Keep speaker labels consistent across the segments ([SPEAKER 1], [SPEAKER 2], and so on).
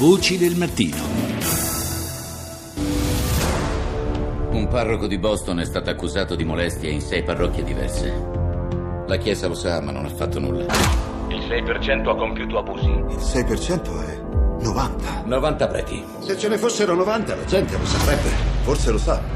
[SPEAKER 1] Voci del mattino.
[SPEAKER 2] Un parroco di Boston è stato accusato di molestie in 6 parrocchie diverse. La Chiesa lo sa, ma non ha fatto nulla.
[SPEAKER 3] Il 6% ha compiuto abusi.
[SPEAKER 4] Il 6% è 90.
[SPEAKER 2] 90 preti.
[SPEAKER 4] Se ce ne fossero 90 la gente lo saprebbe. Forse lo sa.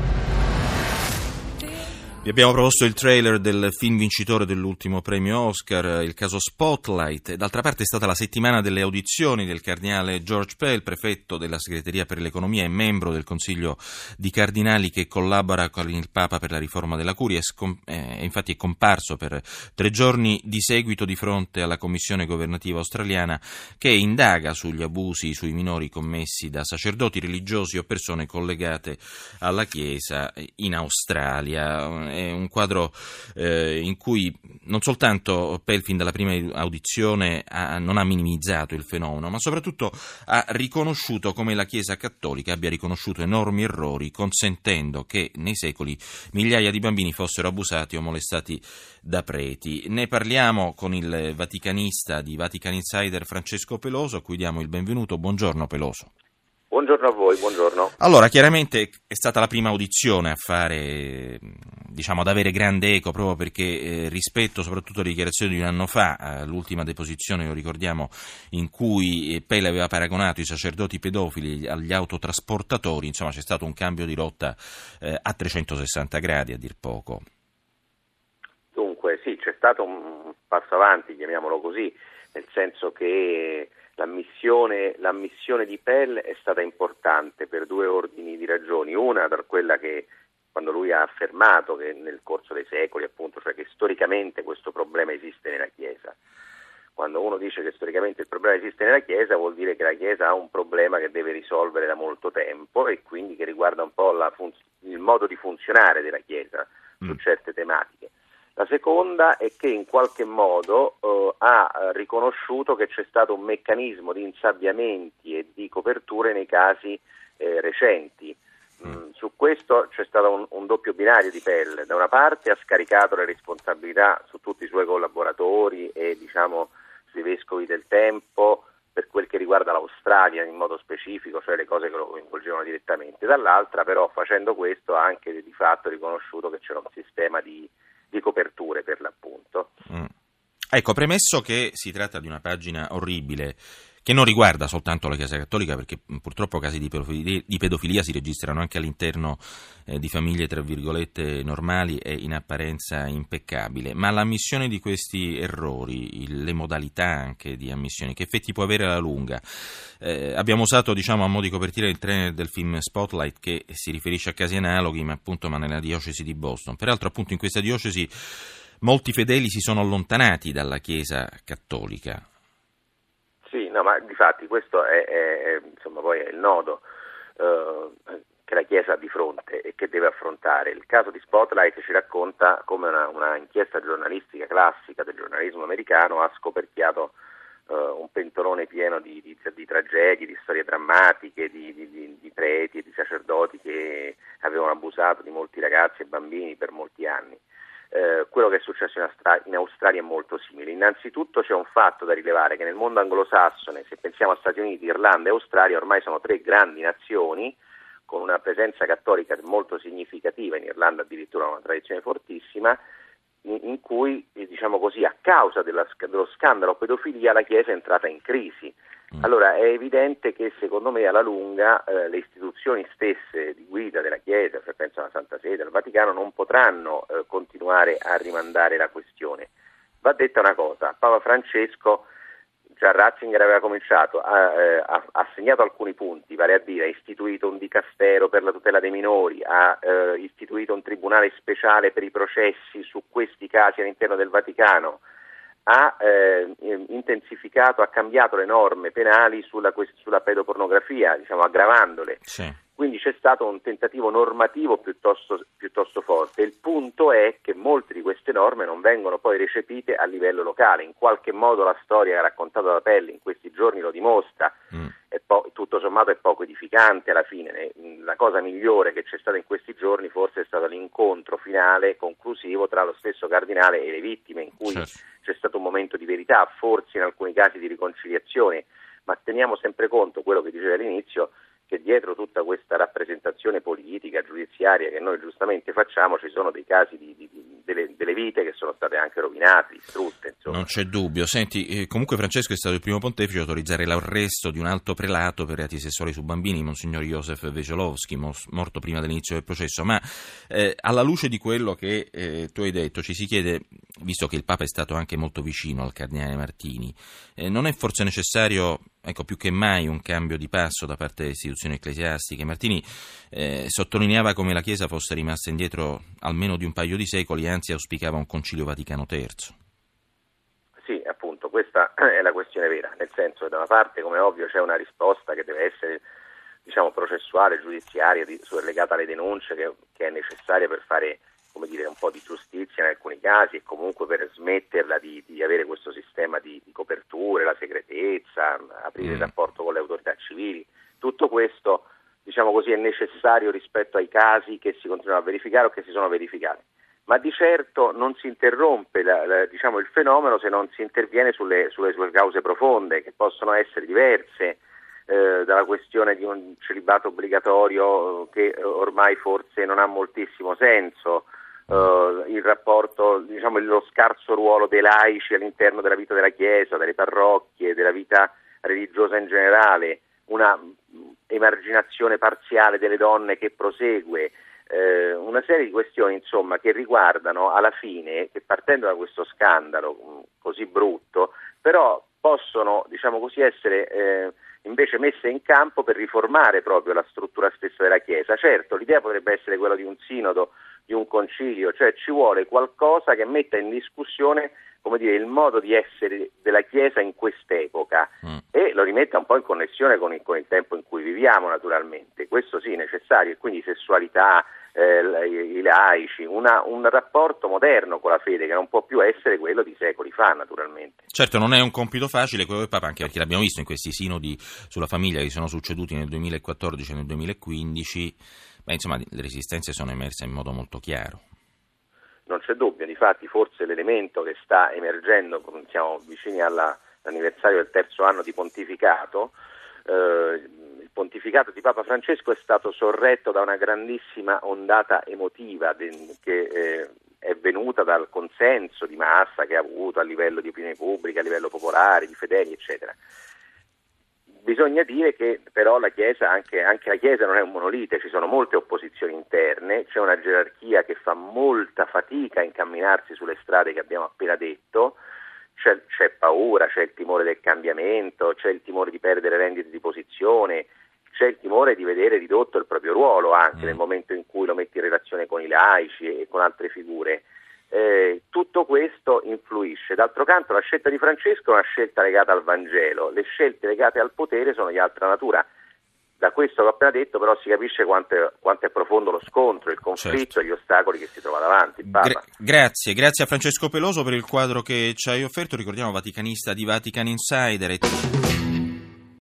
[SPEAKER 5] Vi abbiamo proposto il trailer del film vincitore dell'ultimo premio Oscar, il caso Spotlight. D'altra parte è stata la settimana delle audizioni del cardinale George Pell, prefetto della Segreteria per l'Economia e membro del Consiglio di Cardinali che collabora con il Papa per la riforma della Curia. Infatti è comparso per 3 giorni di seguito di fronte alla Commissione governativa australiana che indaga sugli abusi sui minori commessi da sacerdoti religiosi o persone collegate alla Chiesa in Australia. È un quadro in cui non soltanto Pell fin dalla prima audizione non ha minimizzato il fenomeno, ma soprattutto ha riconosciuto come la Chiesa cattolica abbia riconosciuto enormi errori, consentendo che nei secoli migliaia di bambini fossero abusati o molestati da preti. Ne parliamo con il vaticanista di Vatican Insider Francesco Peloso, a cui diamo il benvenuto. Buongiorno Peloso.
[SPEAKER 3] Buongiorno a voi, buongiorno.
[SPEAKER 5] Allora, chiaramente è stata la prima audizione a fare, ad avere grande eco, proprio perché rispetto soprattutto alle dichiarazioni di un anno fa, l'ultima deposizione, lo ricordiamo, in cui Pell aveva paragonato i sacerdoti pedofili agli autotrasportatori, insomma c'è stato un cambio di rotta a 360 gradi a dir poco.
[SPEAKER 3] Dunque sì, c'è stato un passo avanti, chiamiamolo così, nel senso che l'ammissione di Pell è stata importante per 2 ordini di ragioni. Una, per quella che quando lui ha affermato che nel corso dei secoli, appunto, cioè che storicamente questo problema esiste nella Chiesa. Quando uno dice che storicamente il problema esiste nella Chiesa, vuol dire che la Chiesa ha un problema che deve risolvere da molto tempo e quindi che riguarda un po' il modo di funzionare della Chiesa su certe tematiche. La seconda è che in qualche modo ha riconosciuto che c'è stato un meccanismo di insabbiamenti e di coperture nei casi recenti. Su questo c'è stato un doppio binario di Pell. Da una parte ha scaricato le responsabilità su tutti i suoi collaboratori e sui vescovi del tempo per quel che riguarda l'Australia in modo specifico, cioè le cose che lo coinvolgevano direttamente. Dall'altra però, facendo questo, ha anche di fatto riconosciuto che c'era un sistema di coperture per l'appunto.
[SPEAKER 5] Ecco, premesso che si tratta di una pagina orribile che non riguarda soltanto la Chiesa Cattolica, perché purtroppo casi di pedofilia si registrano anche all'interno di famiglie tra virgolette normali e in apparenza impeccabili, ma l'ammissione di questi errori, le modalità anche di ammissione, che effetti può avere alla lunga? Abbiamo usato a mo' di copertina il trailer del film Spotlight, che si riferisce a casi analoghi ma nella diocesi di Boston. Peraltro appunto in questa diocesi molti fedeli si sono allontanati dalla Chiesa Cattolica.
[SPEAKER 3] Sì, no, ma difatti questo è poi è il nodo che la Chiesa ha di fronte e che deve affrontare. Il caso di Spotlight ci racconta come una inchiesta giornalistica classica del giornalismo americano ha scoperchiato un pentolone pieno di tragedie, di storie drammatiche, di preti e di sacerdoti che avevano abusato di molti ragazzi e bambini per molti anni. Quello che è successo in Australia è molto simile. Innanzitutto c'è un fatto da rilevare, che nel mondo anglosassone, se pensiamo a Stati Uniti, Irlanda e Australia, ormai sono 3 grandi nazioni con una presenza cattolica molto significativa, in Irlanda addirittura una tradizione fortissima, in cui, a causa dello scandalo pedofilia la Chiesa è entrata in crisi. Allora è evidente che secondo me alla lunga le istituzioni stesse di guida della Chiesa, se penso alla Santa Sede, al Vaticano, non potranno continuare a rimandare la questione. Va detta una cosa: Papa Francesco, già Ratzinger aveva cominciato, ha segnato alcuni punti, vale a dire ha istituito un dicastero per la tutela dei minori, ha istituito un tribunale speciale per i processi su questi casi all'interno del Vaticano, ha intensificato, ha cambiato le norme penali sulla pedopornografia, aggravandole.
[SPEAKER 5] Sì.
[SPEAKER 3] Quindi c'è stato un tentativo normativo piuttosto forte. Il punto è che molte di queste norme non vengono poi recepite a livello locale. In qualche modo la storia raccontata da Pell in questi giorni lo dimostra. E tutto sommato è poco edificante alla fine. La cosa migliore che c'è stata in questi giorni forse è stato l'incontro finale, conclusivo, tra lo stesso cardinale e le vittime, in cui c'è stato un momento di verità, forse in alcuni casi di riconciliazione, ma teniamo sempre conto, quello che dicevo all'inizio, che dietro tutta questa rappresentazione politica, giudiziaria che noi giustamente facciamo, ci sono dei casi delle vite che sono state anche rovinate, distrutte. Insomma.
[SPEAKER 5] Non c'è dubbio. Senti, comunque Francesco è stato il primo pontefice a autorizzare l'arresto di un alto prelato per reati sessuali su bambini, Monsignor Józef Wejciechowski, morto prima dell'inizio del processo. Ma alla luce di quello che tu hai detto, ci si chiede, visto che il Papa è stato anche molto vicino al cardinale Martini, non è forse necessario, più che mai, un cambio di passo da parte delle istituzioni ecclesiastiche? Martini sottolineava come la Chiesa fosse rimasta indietro almeno di un paio di secoli, anzi auspicava un Concilio Vaticano III.
[SPEAKER 3] Sì, appunto, questa è la questione vera, nel senso che da una parte, come ovvio, c'è una risposta che deve essere, processuale, giudiziaria, legata alle denunce, che è necessaria per fare, un po' di giustizia in alcuni casi, e comunque per smetterla di avere questo sistema di coperture, la segretezza, aprire il rapporto con le autorità civili. Tutto questo, è necessario rispetto ai casi che si continuano a verificare o che si sono verificati. Ma di certo non si interrompe il fenomeno se non si interviene sulle sue cause profonde, che possono essere diverse, dalla questione di un celibato obbligatorio che ormai forse non ha moltissimo senso, il rapporto, lo scarso ruolo dei laici all'interno della vita della Chiesa, delle parrocchie, della vita religiosa in generale, una emarginazione parziale delle donne che prosegue, una serie di questioni che riguardano alla fine, che partendo da questo scandalo così brutto, però possono essere invece messe in campo per riformare proprio la struttura stessa della Chiesa. Certo, l'idea potrebbe essere quella di un sinodo, di un concilio, cioè ci vuole qualcosa che metta in discussione il modo di essere della Chiesa in quest'epoca e lo rimetta un po' in connessione con il tempo in cui viviamo, naturalmente. Questo sì, necessario, e quindi sessualità, i laici, un rapporto moderno con la fede che non può più essere quello di secoli fa, naturalmente.
[SPEAKER 5] Certo, non è un compito facile quello del Papa, anche perché l'abbiamo visto in questi sinodi sulla famiglia che si sono succeduti nel 2014 e nel 2015, ma le resistenze sono emerse in modo molto chiaro.
[SPEAKER 3] Non c'è dubbio, difatti forse l'elemento che sta emergendo, siamo vicini all'anniversario del 3° anno di pontificato, il pontificato di Papa Francesco è stato sorretto da una grandissima ondata emotiva che è venuta dal consenso di massa che ha avuto a livello di opinione pubblica, a livello popolare, di fedeli, eccetera. Bisogna dire che però la Chiesa, anche la Chiesa non è un monolite, ci sono molte opposizioni interne, c'è una gerarchia che fa molta fatica a incamminarsi sulle strade che abbiamo appena detto, c'è paura, c'è il timore del cambiamento, c'è il timore di perdere rendite di posizione, c'è il timore di vedere ridotto il proprio ruolo anche nel momento in cui lo metti in relazione con i laici e con altre figure. Tutto questo influisce. D'altro canto la scelta di Francesco è una scelta legata al Vangelo, le scelte legate al potere sono di altra natura. Da questo che ho appena detto però si capisce quanto è profondo lo scontro, il conflitto e gli ostacoli che si trova davanti il Papa.
[SPEAKER 5] Grazie a Francesco Peloso per il quadro che ci hai offerto. Ricordiamo vaticanista di Vatican Insider.